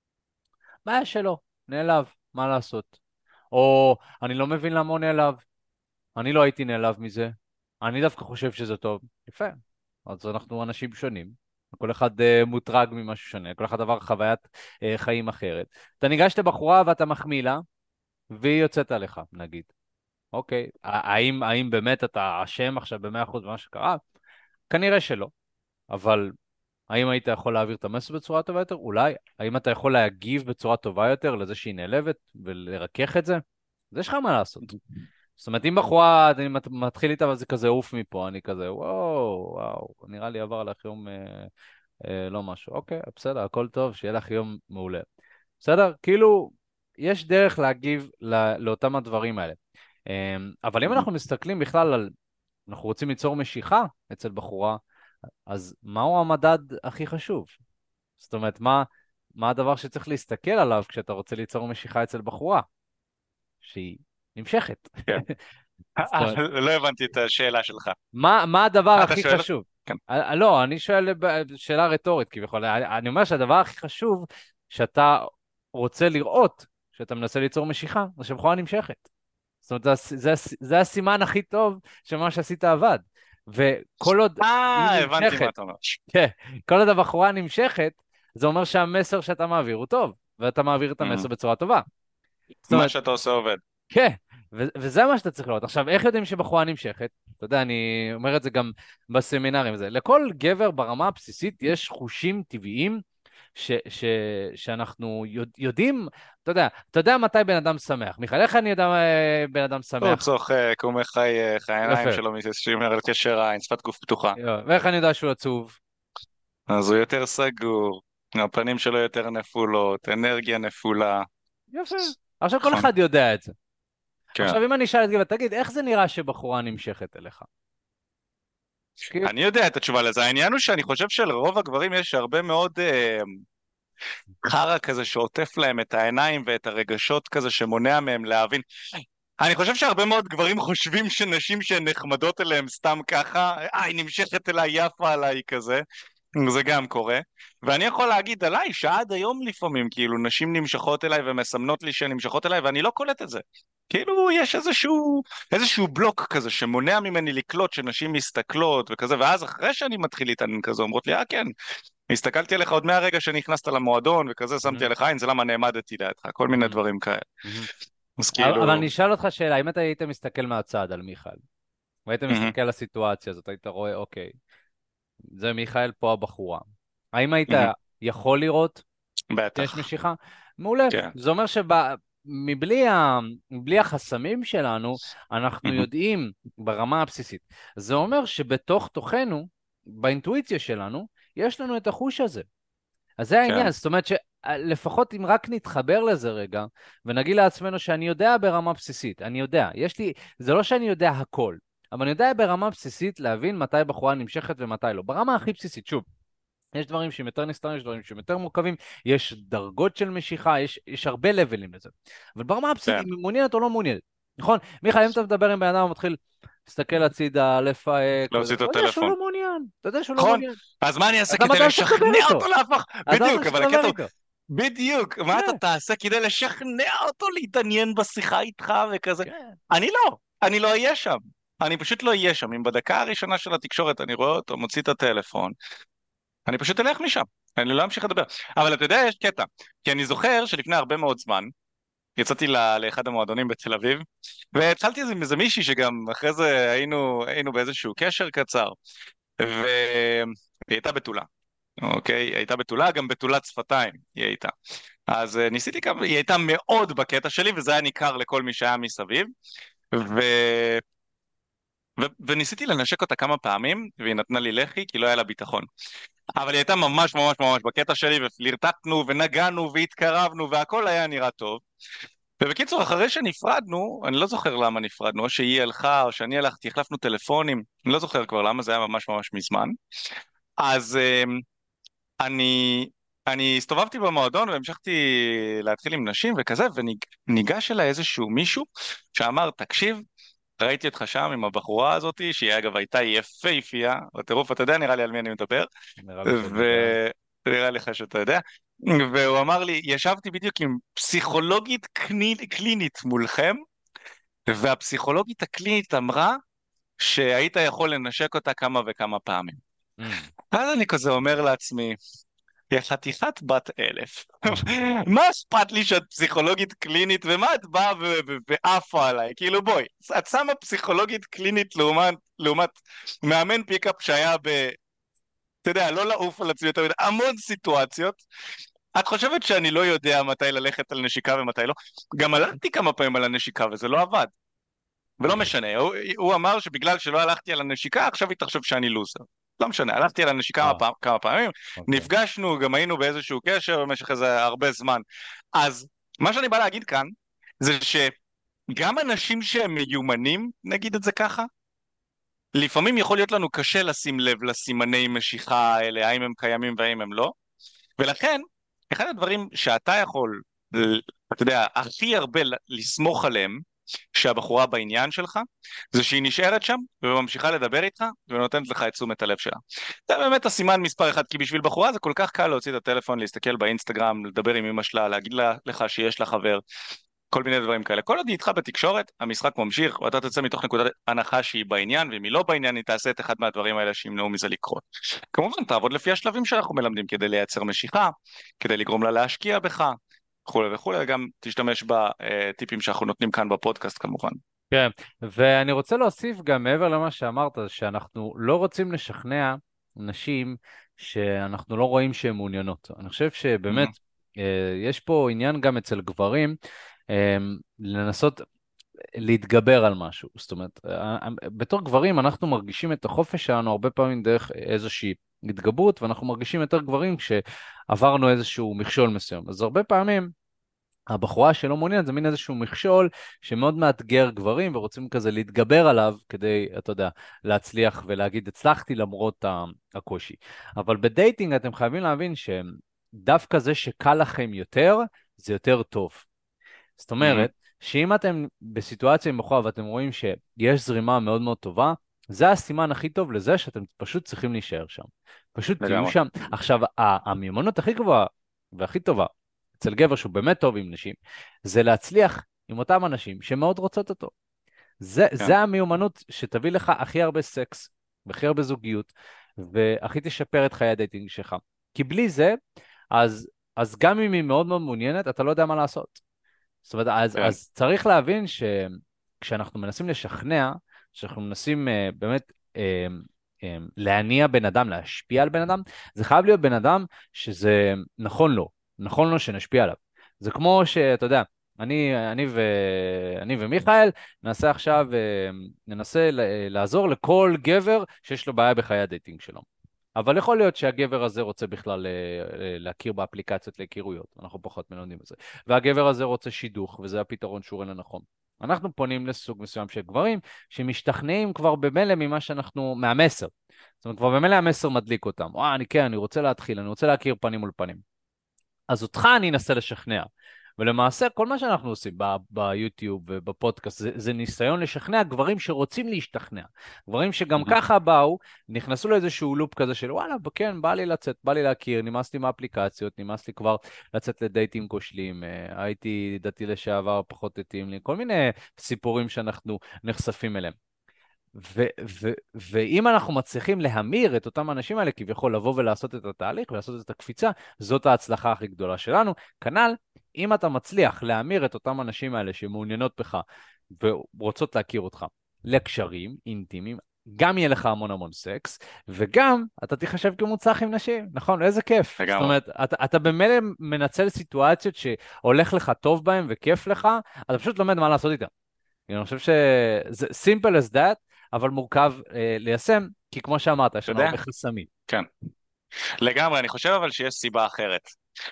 בעיה שלו, נעלב, מה לעשות? או אני לא מבין למה הוא נעלב. אני לא הייתי נעלב מזה, אני דווקא חושב שזה טוב. יפה. אז אנחנו אנשים שונים, כל אחד uh, מוטרג ממשהו שונה, כל אחד עבר חוויית uh, חיים אחרת. אתה ניגש לבחורה ואתה מחמיא לה, והיא יוצאת עליך, נגיד. אוקיי, האם, האם באמת אתה אשם עכשיו ב-מאה אחוז במה שקרה? כנראה שלא, אבל האם היית יכול להעביר את המסר בצורה טובה יותר? אולי. האם אתה יכול להגיב בצורה טובה יותר לזה שהיא נעלבת ולרכך את זה? אז יש לך מה לעשות. זאת אומרת, אם בחורה, אני מת- מתחיל איתה וזה כזה עוף מפה, אני כזה, וואו, וואו, נראה לי עבר לך יום אה, אה, לא משהו. אוקיי, בסדר, הכל טוב, שיהיה לך יום מעולה. בסדר? כאילו, יש דרך להגיב לא, לאותם הדברים האלה. אה, אבל אם אנחנו מסתכלים בכלל על, אנחנו רוצים ליצור משיכה אצל בחורה, אז מהו המדד הכי חשוב? זאת אומרת, מה, מה הדבר שצריך להסתכל עליו כשאתה רוצה ליצור משיכה אצל בחורה? שהיא נמשכת.
כן.
זאת אומרת,
לא הבנתי את השאלה שלך.
מה, מה הדבר
אה, אתה
הכי
שואל אותי?
חשוב?
כן.
אה, לא, אני שואל ב- שאלה רטורית כביכול. אני אני אומר שהדבר הכי חשוב שאתה רוצה לראות, שאתה מנסה ליצור משיכה, זה שבחורה נמשכת. זאת אומרת, זה, הס- זה, הס- זה הסימן הכי טוב שמה שעשית עבד. וכל עוד היא
אה, הבנתי מה
נמשכת,
אתה אומר.
כן, כל עוד הבחורה נמשכת, זה אומר שהמסר שאתה מעביר הוא טוב, ואתה מעביר את
Mhm.
המסר בצורה טובה. זאת
מה
אומרת,
שאתה עושה עובד.
כן, ו- וזה מה שאתה צריך לראות. עכשיו, איך יודעים שבחורה נמשכת? אתה יודע, אני אומר את זה גם בסמינרים. זה. לכל גבר ברמה הבסיסית יש חושים טבעיים ש, ש, שאנחנו יודע, יודעים, אתה יודע, אתה יודע מתי בן אדם שמח. מיכאל, איך אני יודע אה, בן אדם
הוא
שמח?
צוחק, הוא מחייך, העיניים
יפה.
שלו מתיישבים על קשר עין, שפת גוף פתוחה.
יפה. ואיך אני יודע שהוא עצוב?
אז הוא יותר סגור, הפנים שלו יותר נפולות, אנרגיה נפולה.
יפה. עכשיו כל
נכון,
אחד יודע את זה.
כן.
עכשיו אם אני אשאל את גבעת, תגיד, איך זה נראה שבחורה נמשכת אליך? כי...
אני יודע את התשובה לזה. העניין הוא שאני חושב שלרוב הגברים יש הרבה מאוד אה, חרא כזה שעוטף להם את העיניים ואת הרגשות כזה שמונע מהם להבין. אני חושב שהרבה מאוד גברים חושבים שנשים שהן נחמדות אליהם סתם ככה, אה, היא נמשכת אליי, יפה עליי כזה. זה גם קורה. ואני יכול להגיד עליי שעד היום לפעמים, כאילו, נשים נמשכות אליי ומסמנות לי שהן נמשכות אליי, ואני לא קולט את זה. כאילו, יש איזשהו, איזשהו בלוק כזה שמונע ממני לקלוט שנשים מסתכלות וכזה, ואז אחרי שאני מתחיל להתעניין כזה, אומרות לי, אה, כן, הסתכלתי עליך עוד מהרגע שנכנסת למועדון וכזה, שמתי
מהמם,
עליך עין, זה למה נעמדתי לידך, כל מיני
מהמם,
דברים כאלה.
מהמם.
אז
אבל אבל
כאילו,
אני אשאל אותך שאלה, אם אתה היית מסתכל מהצד על מיכאל, והיית
מהמם,
מסתכל על הסיטואציה הזאת, היית רואה, אוקיי, זה מיכאל, פה הבחורה. האם היית
מהמם,
יכול לראות שיש
בטח,
משיכה? מעולה.
כן,
זה אומר שמבלי ה... מבלי החסמים שלנו, אנחנו
מהמם,
יודעים ברמה הבסיסית. זה אומר שבתוך תוכנו, באינטואיציה שלנו, יש לנו את החוש הזה. אז זה
כן,
העניין, זאת אומרת שלפחות אם רק נתחבר לזה רגע, ונגיד לעצמנו שאני יודע ברמה בסיסית, אני יודע, יש לי, זה לא שאני יודע הכל, אבל אני יודע ברמה בסיסית להבין מתי בחורה נמשכת ומתי לא. ברמה הכי בסיסית, שוב, יש דברים שהם יותר נסתרים, יש דברים שהם יותר מורכבים, יש דרגות של משיכה, יש, יש הרבה לבלים לזה. אבל ברמה הבסיסית,
כן.
אם היא מעוניינת או לא מעוניינת. נכון? מיכאל, אם אתה מדבר עם בן אדם ומתחיל להסתכל הצידה, לפהק, וזה,
להוציא את
אתה יודע שהוא
הטלפון.
לא מעוניין, אתה יודע שהוא לא
נכון,
מעוניין.
אז מה אני אעשה
אז למה
כדי
אתה ממשיך לדבר
לשכנע
איתו?
אותו להפוך?
אז למה אתה
בדיוק,
ממשיך
אבל
לדבר
הקטע הוא,
איתו?
בדיוק, מה אתה
כן,
תעשה כדי לשכנע אותו להתעניין בשיחה איתך וכזה?
כן.
אני לא, אני לא אהיה שם. אני פשוט לא אהיה שם. אם בדקה הראשונה של התקשורת אני רואה אותו, מוציא את הטלפון, אני פשוט אלך משם. אני לא אמשיך לדבר. אבל אתה יודע, יש קטע. כי אני זוכר שלפני הרבה מאוד זמן, יצאתי ל- לאחד המועדונים בתל אביב, והתחלתי עם איזה מישהי שגם אחרי זה היינו, היינו באיזשהו קשר קצר, והיא הייתה בתולה. אוקיי, היא הייתה בתולה, גם בתולת שפתיים היא הייתה. אז uh, ניסיתי כמה, היא הייתה מאוד בקטע שלי, וזה היה ניכר לכל מי שהיה מסביב, ו... ו... וניסיתי לנשק אותה כמה פעמים, והיא נתנה לי לחי, כי לא היה לה ביטחון. אבל היא הייתה ממש ממש ממש בקטע שלי, ופלירטטנו, ונגענו, והתקרבנו, והכל היה נראה טוב. ובקיצור, אחרי שנפרדנו, אני לא זוכר למה נפרדנו, או שהיא הלכה, או שאני הלכתי, החלפנו טלפונים, אני לא זוכר כבר למה, זה היה ממש ממש מזמן. אז... Uh, אני, אני הסתובבתי במועדון והמשכתי להתחיל עם נשים וכזה, וניגש אליי איזשהו מישהו שאמר, תקשיב, ראיתי אותך שם עם הבחורה הזאת, שהיא אגב הייתה יפהפייה, בטירוף, אתה יודע נראה לי על מי אני מדבר,
נראה לי שאני יודע.
ונראה לך שאתה יודע, והוא אמר לי, ישבתי בדיוק עם פסיכולוגית קני... קלינית מולכם, והפסיכולוגית הקלינית אמרה שהיית יכול לנשק אותה כמה וכמה פעמים.
Mm.
אז אני כזה אומר לעצמי, יא חתיכת בת אלף. מה אכפת לי שאת פסיכולוגית קלינית, ומה את באה ו- ו- ועפה עליי? כאילו בואי, את שמה פסיכולוגית קלינית לעומת, לעומת מאמן פיקאפ שהיה ב... אתה יודע, לא לעוף על עצמי יותר מדי, המון סיטואציות. את חושבת שאני לא יודע מתי ללכת על נשיקה ומתי לא? גם הלכתי כמה פעמים על הנשיקה וזה לא עבד. ולא משנה, הוא, הוא אמר שבגלל שלא הלכתי על הנשיקה, עכשיו היא תחשוב שאני לוזר. לא משנה, הלכתי על הנשיקה כמה,
אה,
פעם, כמה פעמים,
אוקיי.
נפגשנו, גם היינו באיזשהו קשר במשך איזה הרבה זמן. אז מה שאני בא להגיד כאן, זה שגם אנשים שהם מיומנים, נגיד את זה ככה, לפעמים יכול להיות לנו קשה לשים לב לסימני משיכה האלה, האם הם קיימים והאם הם לא. ולכן, אחד הדברים שאתה יכול, אתה יודע, הכי הרבה לסמוך עליהם, שהבחורה בעניין שלך, זה שהיא נשארת שם וממשיכה לדבר איתך ונותנת לך את תשומת הלב שלה. זה באמת הסימן מספר אחד, כי בשביל בחורה זה כל כך קל להוציא את הטלפון, להסתכל באינסטגרם, לדבר עם אמא שלה, להגיד לה, לך שיש לה חבר, כל מיני דברים כאלה. כל עוד היא איתך בתקשורת, המשחק ממשיך, ואתה תצא מתוך נקודת הנחה שהיא בעניין, ואם היא לא בעניין, היא תעשה את אחד מהדברים האלה שימנעו מזה לקרות. כמובן, תעבוד לפי השלבים שאנחנו מלמדים, כדי לייצר משיכה, כדי לגרום לה להשקיע בך, וכולי וכולי, גם תשתמש בטיפים שאנחנו נותנים כאן בפודקאסט כמובן.
כן, ואני רוצה להוסיף גם מעבר למה שאמרת, שאנחנו לא רוצים לשכנע נשים שאנחנו לא רואים שהן מעוניינות. אני חושב
מהמם.
שבאמת, אה, יש פה עניין גם אצל גברים, אה, לנסות להתגבר על משהו. זאת אומרת, אה, אה, בתור גברים אנחנו מרגישים את החופש שלנו הרבה פעמים דרך איזושהי התגברות, ואנחנו מרגישים יותר גברים כשעברנו איזשהו מכשול מסוים. אז הרבה פעמים הבחורה שלא מעוניינת זה מין איזשהו מכשול שמאוד מאתגר גברים ורוצים כזה להתגבר עליו כדי, אתה יודע, להצליח ולהגיד הצלחתי למרות ה- הקושי. אבל בדייטינג אתם חייבים להבין שדווקא זה שקל לכם יותר, זה יותר טוב. זאת
מהמם.
אומרת, שאם אתם בסיטואציה עם בחורה ואתם רואים שיש זרימה מאוד מאוד טובה, זה הסימן הכי טוב לזה שאתם פשוט צריכים להישאר שם. פשוט תהיו
לגמרי.
שם. עכשיו, ה- המיומנות הכי גבוהה והכי טובה אצל גבר שהוא באמת טוב עם נשים, זה להצליח עם אותם אנשים שמאוד רוצות אותו. זה,
כן.
זה המיומנות שתביא לך הכי הרבה סקס, והכי הרבה זוגיות, והכי תשפר את חיי הדייטינג שלך. כי בלי זה, אז, אז גם אם היא מאוד מאוד מעוניינת, אתה לא יודע מה לעשות. זאת אומרת, אז,
כן.
אז צריך להבין שכשאנחנו מנסים לשכנע, כשאנחנו מנסים uh, באמת uh, um, להניע בן אדם, להשפיע על בן אדם, זה חייב להיות בן אדם שזה נכון לו, נכון לו שנשפיע עליו. זה כמו שאתה יודע, אני, אני, ו, אני ומיכאל ננסה עכשיו, uh, ננסה לעזור לכל גבר שיש לו בעיה בחיי הדייטינג שלו. אבל יכול להיות שהגבר הזה רוצה בכלל אה, אה, להכיר באפליקציות להיכרויות, אנחנו פחות מלמדים את זה. והגבר הזה רוצה שידוך, וזה הפתרון שהוא רואה לנכון. אנחנו פונים לסוג מסוים של גברים שמשתכנעים כבר במילא ממה שאנחנו, מהמסר. זאת אומרת, כבר במילא המסר מדליק אותם. וואה, אני כן, אני רוצה להתחיל, אני רוצה להכיר פנים מול פנים. אז אותך אני אנסה לשכנע. ולמעשה, כל מה שאנחנו עושים ב- ביוטיוב ובפודקאסט, זה, זה ניסיון לשכנע גברים שרוצים להשתכנע. גברים שגם
מהמם.
ככה באו, נכנסו לאיזשהו לופ כזה של וואלה, כן, בא לי לצאת, בא לי להכיר, נמאס לי מהאפליקציות, נמאס לי כבר לצאת לדייטים כושלים, אה, הייתי דתי לשעבר, פחות התאים לי, כל מיני סיפורים שאנחנו נחשפים אליהם. ו- ו- ואם אנחנו מצליחים להמיר את אותם האנשים האלה, כביכול לבוא ולעשות את התהליך ולעשות את הקפיצה, זאת ההצלחה הכי גדולה שלנו. כנ"ל, אם אתה מצליח להמיר את אותם האנשים האלה שמעוניינות בך ורוצות להכיר אותך לקשרים אינטימיים, גם יהיה לך המון המון סקס, וגם אתה תיחשב כמוצלח עם נשים, נכון? איזה כיף. זאת
לגמרי.
אומרת, אתה, אתה במילא מנצל סיטואציות שהולך לך טוב בהן וכיף לך, אתה פשוט לומד מה לעשות איתן. אני חושב שזה simple as that, אבל מורכב אה, ליישם, כי כמו שאמרת, יש
אתה
לנו
יודע?
הרבה חסמים.
כן. לגמרי, אני חושב אבל שיש סיבה אחרת.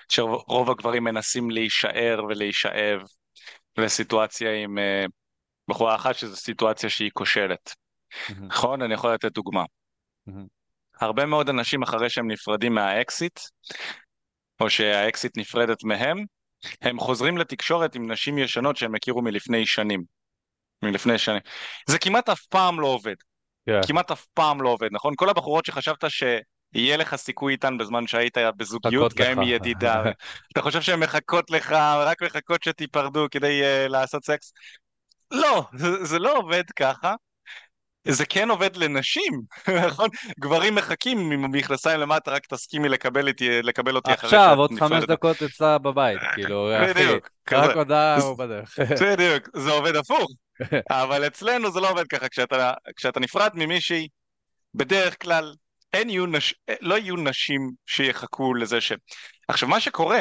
שרוב הגברים מנסים להישאר ולהישאב לסיטואציה עם אה, בחורה אחת שזו סיטואציה שהיא כושלת.
מהמם,
נכון? אני יכול לתת דוגמה.
מהמם,
הרבה מאוד אנשים אחרי שהם נפרדים מהאקסיט, או שהאקסיט נפרדת מהם, הם חוזרים לתקשורת עם נשים ישנות שהם הכירו מלפני שנים. מלפני שנים. זה כמעט אף פעם לא עובד.
כן,
כמעט אף פעם לא עובד, נכון? כל הבחורות שחשבת שיהיה לך סיכוי איתן בזמן שהיית בזוגיות,
חכות
גם
לך.
אם היא ידידה, אתה חושב שהן מחכות לך, רק מחכות שתיפרדו כדי uh, לעשות סקס? לא, זה, זה לא עובד ככה. זה כן עובד לנשים, נכון? גברים מחכים עם מכנסיים למטה, רק תסכימי לקבל, איתי, לקבל אותי אחרי
עכשיו,
שאת
עוד חמש
נפרדת.
דקות אצלה בבית, כאילו, אחי,
בדיוק, כזה.
רק הודעה, הוא בדרך.
בדיוק, זה עובד הפוך. אבל אצלנו זה לא עובד ככה, כשאתה, כשאתה נפרד ממישהי, בדרך כלל אין יהיו נש... לא יהיו נשים שיחכו לזה ש... עכשיו, מה שקורה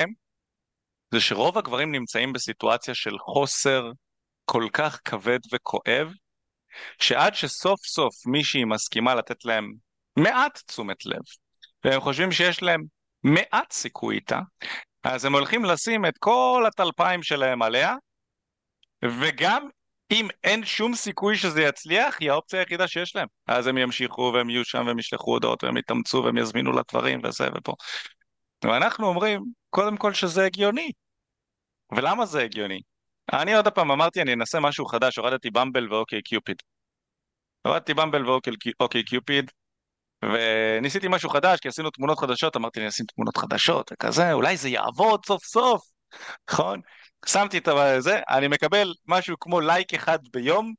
זה שרוב הגברים נמצאים בסיטואציה של חוסר כל כך כבד וכואב, שעד שסוף סוף מישהי מסכימה לתת להם מעט תשומת לב, והם חושבים שיש להם מעט סיכוי איתה, אז הם הולכים לשים את כל הטלפיים שלהם עליה, וגם אם אין שום סיכוי שזה יצליח, היא האופציה היחידה שיש להם. אז הם ימשיכו והם יהיו שם והם ישלחו הודעות והם יתאמצו והם יזמינו לדברים וזה ופה. ואנחנו אומרים, קודם כל שזה הגיוני. ולמה זה הגיוני? אני עוד פעם אמרתי, אני אנסה משהו חדש, הורדתי במבל ואוקיי קיופיד. הורדתי במבל ואוקיי קיופיד, וניסיתי משהו חדש, כי עשינו תמונות חדשות, אמרתי, אני אשים תמונות חדשות וכזה, אולי זה יעבוד סוף סוף, נכון? שמתי את זה, אני מקבל משהו כמו לייק אחד ביום,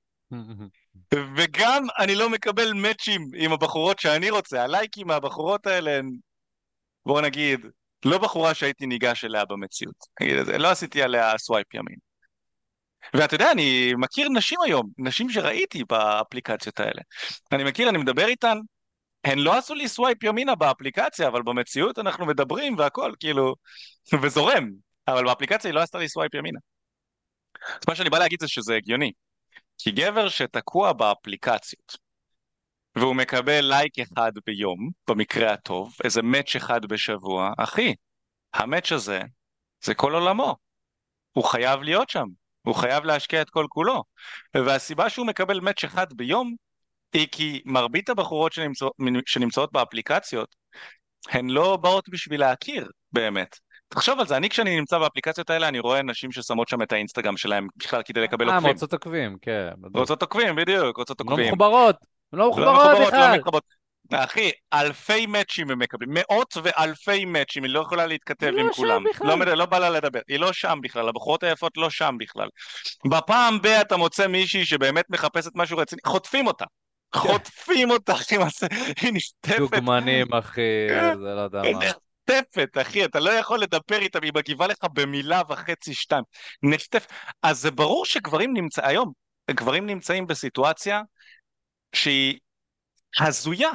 וגם אני לא מקבל מאצ'ים עם הבחורות שאני רוצה. הלייקים מהבחורות האלה הן, בוא נגיד, לא בחורה שהייתי ניגש אליה במציאות. נגיד את זה, לא עשיתי עליה סווייפ ימין. ואתה יודע, אני מכיר נשים היום, נשים שראיתי באפליקציות האלה. אני מכיר, אני מדבר איתן, הן לא עשו לי סווייפ ימינה באפליקציה, אבל במציאות אנחנו מדברים והכל, כאילו, וזורם, אבל באפליקציה היא לא עשתה לי סווייפ ימינה. אז מה שאני בא להגיד זה שזה הגיוני, כי גבר שתקוע באפליקציות, והוא מקבל לייק אחד ביום, במקרה הטוב, איזה מאץ' אחד בשבוע, אחי, המאץ' הזה, זה כל עולמו. הוא חייב להיות שם, הוא חייב להשקיע את כל כולו. והסיבה שהוא מקבל מאץ' אחד ביום, היא כי מרבית הבחורות שנמצא, שנמצאות באפליקציות, הן לא באות בשביל להכיר, באמת. תחשוב על זה, אני כשאני נמצא באפליקציות האלה, אני רואה נשים ששמות שם את האינסטגרם שלהם בכלל כדי לקבל
אה, הן
עוקבים.
רוצות עוקבים, כן, בדיוק.
רוצות עוקבים, בדיוק, רוצות
הן לא
עוקבים.
מחוברות, הן לא
לא
מחוברות
מחוברות, לא
בכלל.
מתחברות. אחי, אלפי מאצ'ים הם מקבלים, מאות ואלפי מאצ'ים, היא לא יכולה להתכתב
היא לא
עם
שם
כולם. לא,
בכלל.
מד- לא בא לה לדבר, היא לא שם בכלל, הבחורות היפות לא שם בכלל. בפעם ב- אתה מוצא מישהי שבאמת מחפשת משהו רציני, חוטפים אותה.
כן.
חוטפים אותה, אחי, מה זה- היא נשטפת.
דוגמנים, אחי, זה לא יודע מה.
נחטפת, אחי, אתה לא יכול לדבר איתה, היא מגיבה לך במילה וחצי, שתיים. נחטף. אז זה ברור שגברים נמצא, היום, גברים נמצאים בסיטואציה שהיא הזויה.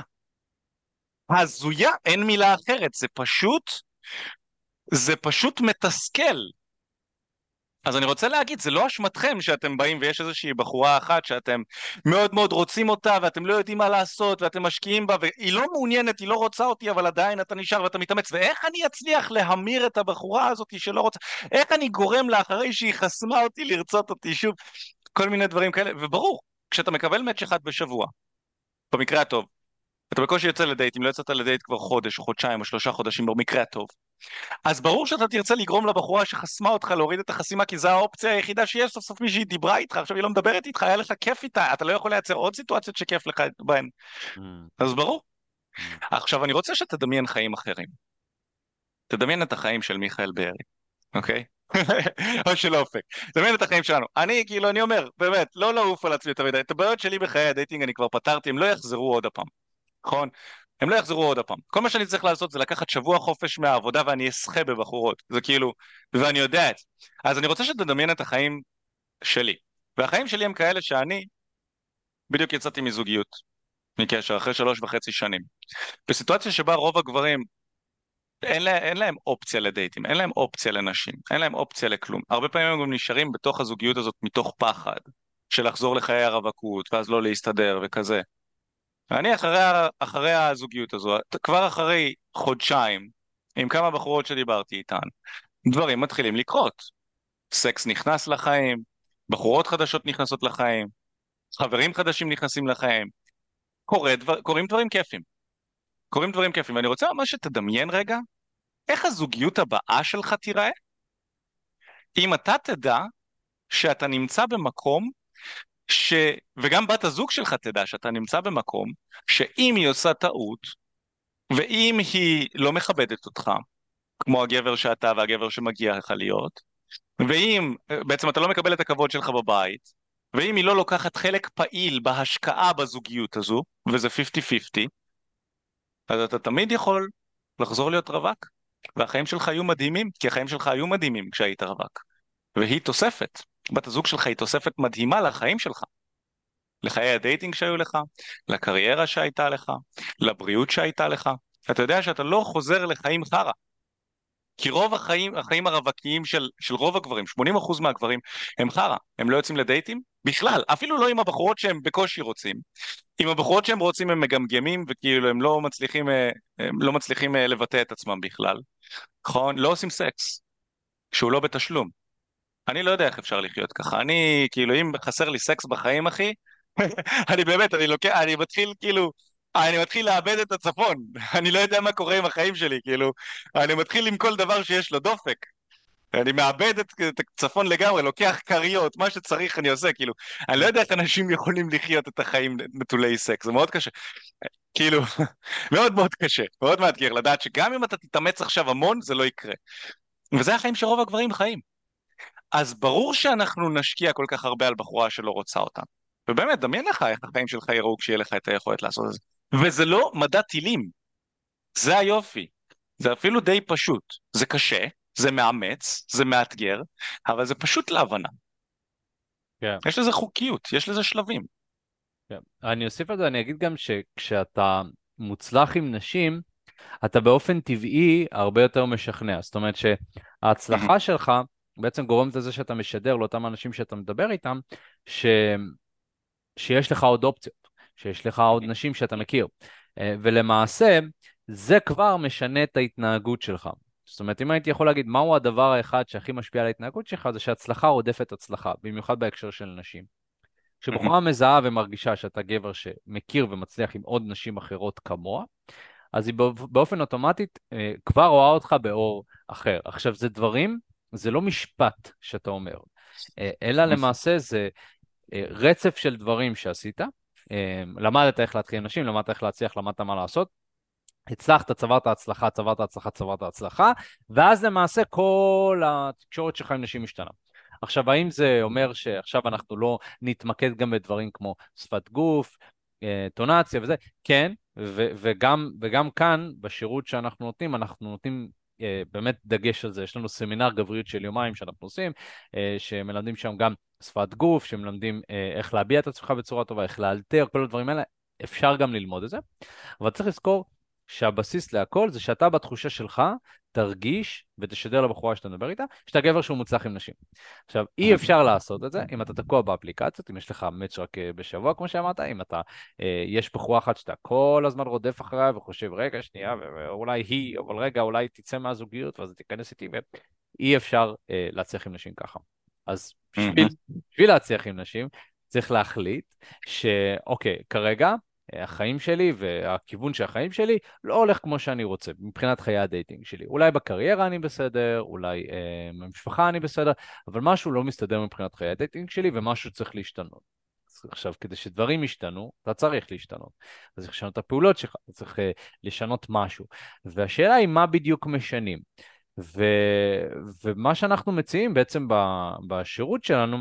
הזויה, אין מילה אחרת, זה פשוט, זה פשוט מתסכל. אז אני רוצה להגיד, זה לא אשמתכם שאתם באים ויש איזושהי בחורה אחת שאתם מאוד מאוד רוצים אותה ואתם לא יודעים מה לעשות ואתם משקיעים בה והיא לא מעוניינת, היא לא רוצה אותי, אבל עדיין אתה נשאר ואתה מתאמץ. ואיך אני אצליח להמיר את הבחורה הזאת שלא רוצה, איך אני גורם לה אחרי שהיא חסמה אותי לרצות אותי שוב, כל מיני דברים כאלה. וברור, כשאתה מקבל מאץ' אחד בשבוע, במקרה הטוב, אתה בקושי יוצא לדייט, אם לא יצאת לדייט כבר חודש או חודשיים או שלושה חודשים במקרה הטוב, אז ברור שאתה תרצה לגרום לבחורה שחסמה אותך להוריד את החסימה, כי זו האופציה היחידה שיש. סוף סוף מישהי דיברה איתך, עכשיו היא לא מדברת איתך, היה לך כיף איתה, אתה לא יכול לייצר עוד סיטואציות שכיף לך בהן.
Mm,
אז ברור.
mm.
עכשיו אני רוצה שתדמיין חיים אחרים. תדמיין את החיים של מיכאל בארי, אוקיי? או של אופק. תדמיין את החיים שלנו. אני, כאילו, אני אומר, באמת, לא לעוף על עצמי יותר מדי. את הבעיות שלי בחיי הדייטינג אני כבר פתרתי, הם לא יחזרו עוד הפעם. נכון? הם לא יחזרו עוד הפעם. כל מה שאני צריך לעשות זה לקחת שבוע חופש מהעבודה ואני אסחה בבחורות. זה כאילו, ואני יודע את זה. אז אני רוצה שתדמיין את החיים שלי. והחיים שלי הם כאלה שאני בדיוק יצאתי מזוגיות, מקשר, אחרי שלוש וחצי שנים. בסיטואציה שבה רוב הגברים, אין, לה, אין להם אופציה לדייטים, אין להם אופציה לנשים, אין להם אופציה לכלום. הרבה פעמים הם גם נשארים בתוך הזוגיות הזאת מתוך פחד, של לחזור לחיי הרווקות, ואז לא להסתדר וכזה. אני אחרי, ה- אחרי הזוגיות הזו, כבר אחרי חודשיים, עם כמה בחורות שדיברתי איתן, דברים מתחילים לקרות. סקס נכנס לחיים, בחורות חדשות נכנסות לחיים, חברים חדשים נכנסים לחיים, קורה דבר, קורים דברים כיפים. קורים דברים כיפים, ואני רוצה ממש שתדמיין רגע, איך הזוגיות הבאה שלך תיראה, אם אתה תדע שאתה נמצא במקום, ש... וגם בת הזוג שלך תדע שאתה נמצא במקום, שאם היא עושה טעות, ואם היא לא מכבדת אותך, כמו הגבר שאתה והגבר שמגיע לך להיות, ואם בעצם אתה לא מקבל את הכבוד שלך בבית, ואם היא לא לוקחת חלק פעיל בהשקעה בזוגיות הזו, וזה חמישים חמישים, אז אתה תמיד יכול לחזור להיות רווק, והחיים שלך היו מדהימים, כי החיים שלך היו מדהימים כשהיית רווק. והיא תוספת, בת הזוג שלך היא תוספת מדהימה לחיים שלך, לחיי הדייטינג שהיו לך, לקריירה שהייתה לך, לבריאות שהייתה לך. אתה יודע שאתה לא חוזר לחיים חרא. כי רוב החיים, החיים הרווקיים של, של רוב הגברים, שמונים אחוז מהגברים, הם חרא, הם לא יוצאים לדייטים בכלל, אפילו לא עם הבחורות שהם בקושי רוצים. עם הבחורות שהם רוצים הם מגמגמים, וכאילו הם לא מצליחים, אה, הם לא מצליחים אה, לבטא את עצמם בכלל. נכון? לא עושים סקס, שהוא לא בתשלום. אני לא יודע איך אפשר לחיות ככה. אני, כאילו, אם חסר לי סקס בחיים, אחי, אני באמת, אני לוקח, אני מתחיל כאילו, אני מתחיל לאבד את הצפון. אני לא יודע מה קורה עם החיים שלי, כאילו, אני מתחיל עם כל דבר שיש לו דופק. אני מאבד את, את הצפון לגמרי, לוקח כריות, מה שצריך אני עושה, כאילו, אני לא יודע איך אנשים יכולים לחיות את החיים נטולי סקס, זה מאוד קשה. כאילו, מאוד מאוד קשה, מאוד מאתגר לדעת שגם אם אתה תתאמץ עכשיו המון, זה לא יקרה. וזה החיים שרוב הגברים חיים. אז ברור שאנחנו נשקיע כל כך הרבה על בחורה שלא רוצה אותה. ובאמת, דמיין לך איך החיים שלך יראו כשיהיה לך את היכולת לעשות את זה. וזה לא מדע טילים, זה היופי. זה אפילו די פשוט. זה קשה, זה מאמץ, זה מאתגר, אבל זה פשוט להבנה.
כן,
יש לזה חוקיות, יש לזה שלבים.
כן. אני אוסיף על זה, אני אגיד גם שכשאתה מוצלח עם נשים, אתה באופן טבעי הרבה יותר משכנע. זאת אומרת שההצלחה שלך בעצם גורמת לזה שאתה משדר לאותם אנשים שאתה מדבר איתם, ש... שיש לך עוד אופציות, שיש לך עוד נשים שאתה מכיר. אה, ולמעשה, זה כבר משנה את ההתנהגות שלך. זאת אומרת, אם הייתי יכול להגיד מהו הדבר האחד שהכי משפיע על ההתנהגות שלך, זה שהצלחה רודפת הצלחה, במיוחד בהקשר של נשים. כשבחורה מזהה ומרגישה שאתה גבר שמכיר ומצליח עם עוד נשים אחרות כמוה, אז היא באופן אוטומטית אה, כבר רואה אותך באור אחר. עכשיו, זה דברים, זה לא משפט שאתה אומר, אה, אלא למעשה זה אה, רצף של דברים שעשית, אה, למדת איך להתחיל עם נשים, למדת איך להצליח, למדת מה לעשות, הצלחת, צברת הצלחה, צברת הצלחה, צברת הצלחה, ואז למעשה כל התקשורת שלך עם נשים משתנה. עכשיו, האם זה אומר שעכשיו אנחנו לא נתמקד גם בדברים כמו שפת גוף, אה, טונציה וזה? כן, ו- וגם, וגם כאן, בשירות שאנחנו נותנים, אנחנו נותנים אה, באמת דגש על זה. יש לנו סמינר גבריות של יומיים שאנחנו עושים, אה, שמלמדים שם גם שפת גוף, שמלמדים אה, איך להביע את עצמך בצורה טובה, איך לאלתר, כל הדברים האלה, אפשר גם ללמוד את זה. אבל צריך לזכור שהבסיס להכל זה שאתה בתחושה שלך תרגיש ותשדר לבחורה שאתה מדבר איתה, שאתה גבר שהוא מוצלח עם נשים. עכשיו, אי אפשר לעשות את זה אם אתה תקוע באפליקציות, אם יש לך מאץ' רק אה, בשבוע, כמו שאמרת, אם אתה, אה, יש בחורה אחת שאתה כל הזמן רודף אחריה וחושב, רגע, שנייה, ואולי היא, אבל רגע, אולי תצא מהזוגיות ואז תיכנס איתי, ואי אפשר אה, להצליח עם נשים ככה. אז בשביל, בשביל להצליח עם נשים, צריך להחליט שאוקיי, כרגע, החיים שלי והכיוון של החיים שלי לא הולך כמו שאני רוצה, מבחינת חיי הדייטינג שלי. אולי בקריירה אני בסדר, אולי אה, במשפחה אני בסדר, אבל משהו לא מסתדר מבחינת חיי הדייטינג שלי, ומשהו צריך להשתנות. עכשיו, כדי שדברים ישתנו, אתה צריך להשתנות. אתה צריך לשנות את הפעולות שלך, אתה צריך אה, לשנות משהו. והשאלה היא מה בדיוק משנים. ו... ומה שאנחנו מציעים בעצם ב... בשירות שלנו,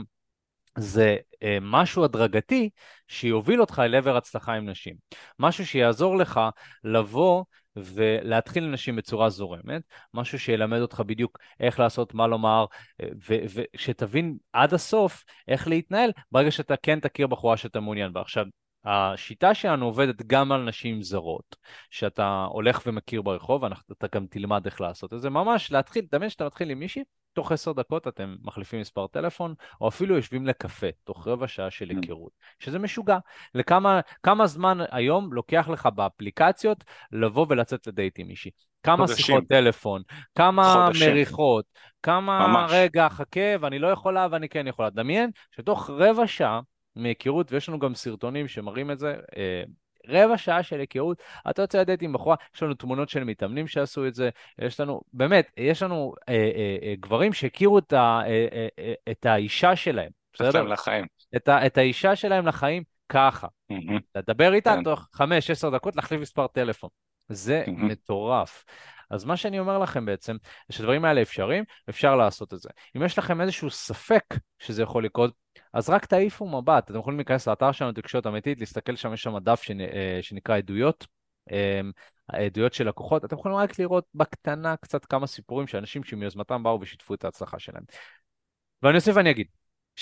זה אה, משהו הדרגתי שיוביל אותך אל עבר הצלחה עם נשים. משהו שיעזור לך לבוא ולהתחיל עם נשים בצורה זורמת, משהו שילמד אותך בדיוק איך לעשות, מה לומר, אה, ושתבין עד הסוף איך להתנהל ברגע שאתה כן תכיר בחורה שאתה מעוניין בה. עכשיו, השיטה שלנו עובדת גם על נשים זרות, שאתה הולך ומכיר ברחוב, ואתה גם תלמד איך לעשות את זה. ממש להתחיל, תמיד שאתה מתחיל עם מישהי, תוך עשר דקות אתם מחליפים מספר טלפון, או אפילו יושבים לקפה, תוך רבע שעה של היכרות, שזה משוגע. לכמה כמה זמן היום לוקח לך באפליקציות לבוא ולצאת לדייט עם מישהי? כמה
חודשים,
שיחות טלפון, כמה
חודשים,
מריחות, כמה
ממש.
רגע חכה ואני לא יכולה ואני כן יכולה. דמיין שתוך רבע שעה מהיכרות, ויש לנו גם סרטונים שמראים את זה, אה, רבע שעה של היכרות, אתה יוצא לדייט עם בחורה, יש לנו תמונות של מתאמנים שעשו את זה, יש לנו, באמת, יש לנו אה, אה, אה, גברים שהכירו את, ה, אה, אה, אה, את האישה שלהם,
הופך
בסדר?
להם לחיים.
את, ה, את האישה שלהם לחיים ככה.
מהמם,
לדבר איתה
כן.
תוך חמש, עשר דקות, להחליף מספר טלפון. זה
מהמם,
מטורף. אז מה שאני אומר לכם בעצם, זה שדברים האלה אפשריים, אפשר לעשות את זה. אם יש לכם איזשהו ספק שזה יכול לקרות, אז רק תעיפו מבט. אתם יכולים להיכנס לאתר שלנו, תקשורת אמיתית, להסתכל שם, יש שם דף שנ, אה, שנקרא עדויות, אה, העדויות של לקוחות. אתם יכולים רק לראות בקטנה קצת כמה סיפורים של אנשים שמיוזמתם באו ושיתפו את ההצלחה שלהם. ואני אוסיף ואני אגיד,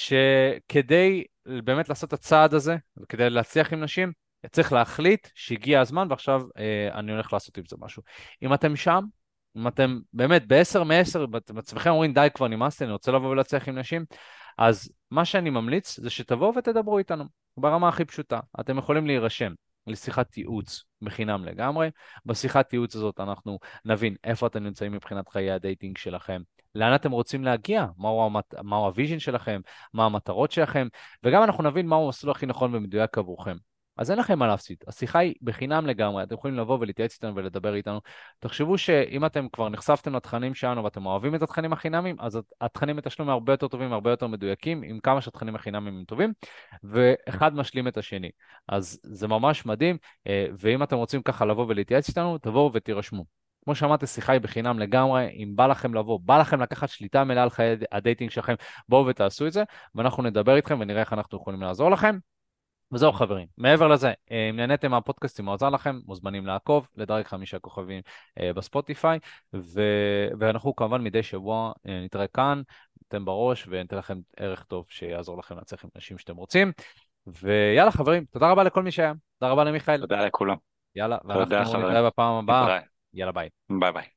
שכדי באמת לעשות את הצעד הזה, וכדי להצליח עם נשים, צריך להחליט שהגיע הזמן, ועכשיו אה, אני הולך לעשות עם זה משהו. אם אתם שם, אם אתם באמת בעשר מעשר, אתם עצמכם אומרים, די כבר נמאס לי, אני רוצה לבוא ולהצליח עם נשים, אז מה שאני ממליץ זה שתבואו ותדברו איתנו, ברמה הכי פשוטה. אתם יכולים להירשם לשיחת ייעוץ בחינם לגמרי. בשיחת ייעוץ הזאת אנחנו נבין איפה אתם נמצאים מבחינת חיי הדייטינג שלכם, לאן אתם רוצים להגיע, מהו, המת... מהו הוויז'ן שלכם, מה המטרות שלכם, וגם אנחנו נבין מהו המסלול הכי נכון ומדויק עבורכם. אז אין לכם מה להפסיד, השיחה היא בחינם לגמרי, אתם יכולים לבוא ולהתייעץ איתנו ולדבר איתנו. תחשבו שאם אתם כבר נחשפתם לתכנים שלנו ואתם אוהבים את התכנים החינמים, אז התכנים בתשלום הם הרבה יותר טובים, הרבה יותר מדויקים, עם כמה שהתכנים החינמים הם טובים, ואחד משלים את השני. אז זה ממש מדהים, ואם אתם רוצים ככה לבוא ולהתייעץ איתנו, תבואו ותירשמו. כמו שאמרתי, שיחה היא בחינם לגמרי, אם בא לכם לבוא, בא לכם לקחת שליטה מלאה על חיי הדייטינג שלכם, בואו ותעשו את זה, ואנחנו נדבר איתכם ונראה איך אנחנו יכולים לעזור לכם. וזהו חברים, מעבר לזה, אם נהניתם מהפודקאסט, אם הוא עזר לכם, מוזמנים לעקוב, לדרג חמישה כוכבים אה, בספוטיפיי, ו... ואנחנו כמובן מדי שבוע אה, נתראה כאן, ניתן בראש וניתן לכם ערך טוב שיעזור לכם להצליח עם אנשים שאתם רוצים. ויאללה חברים, תודה רבה לכל מי שהיה, תודה רבה למיכאל.
תודה לכולם.
יאללה,
תודה
ואנחנו
חברים,
נתראה בפעם הבאה.
נתראה,
יאללה ביי.
ביי ביי.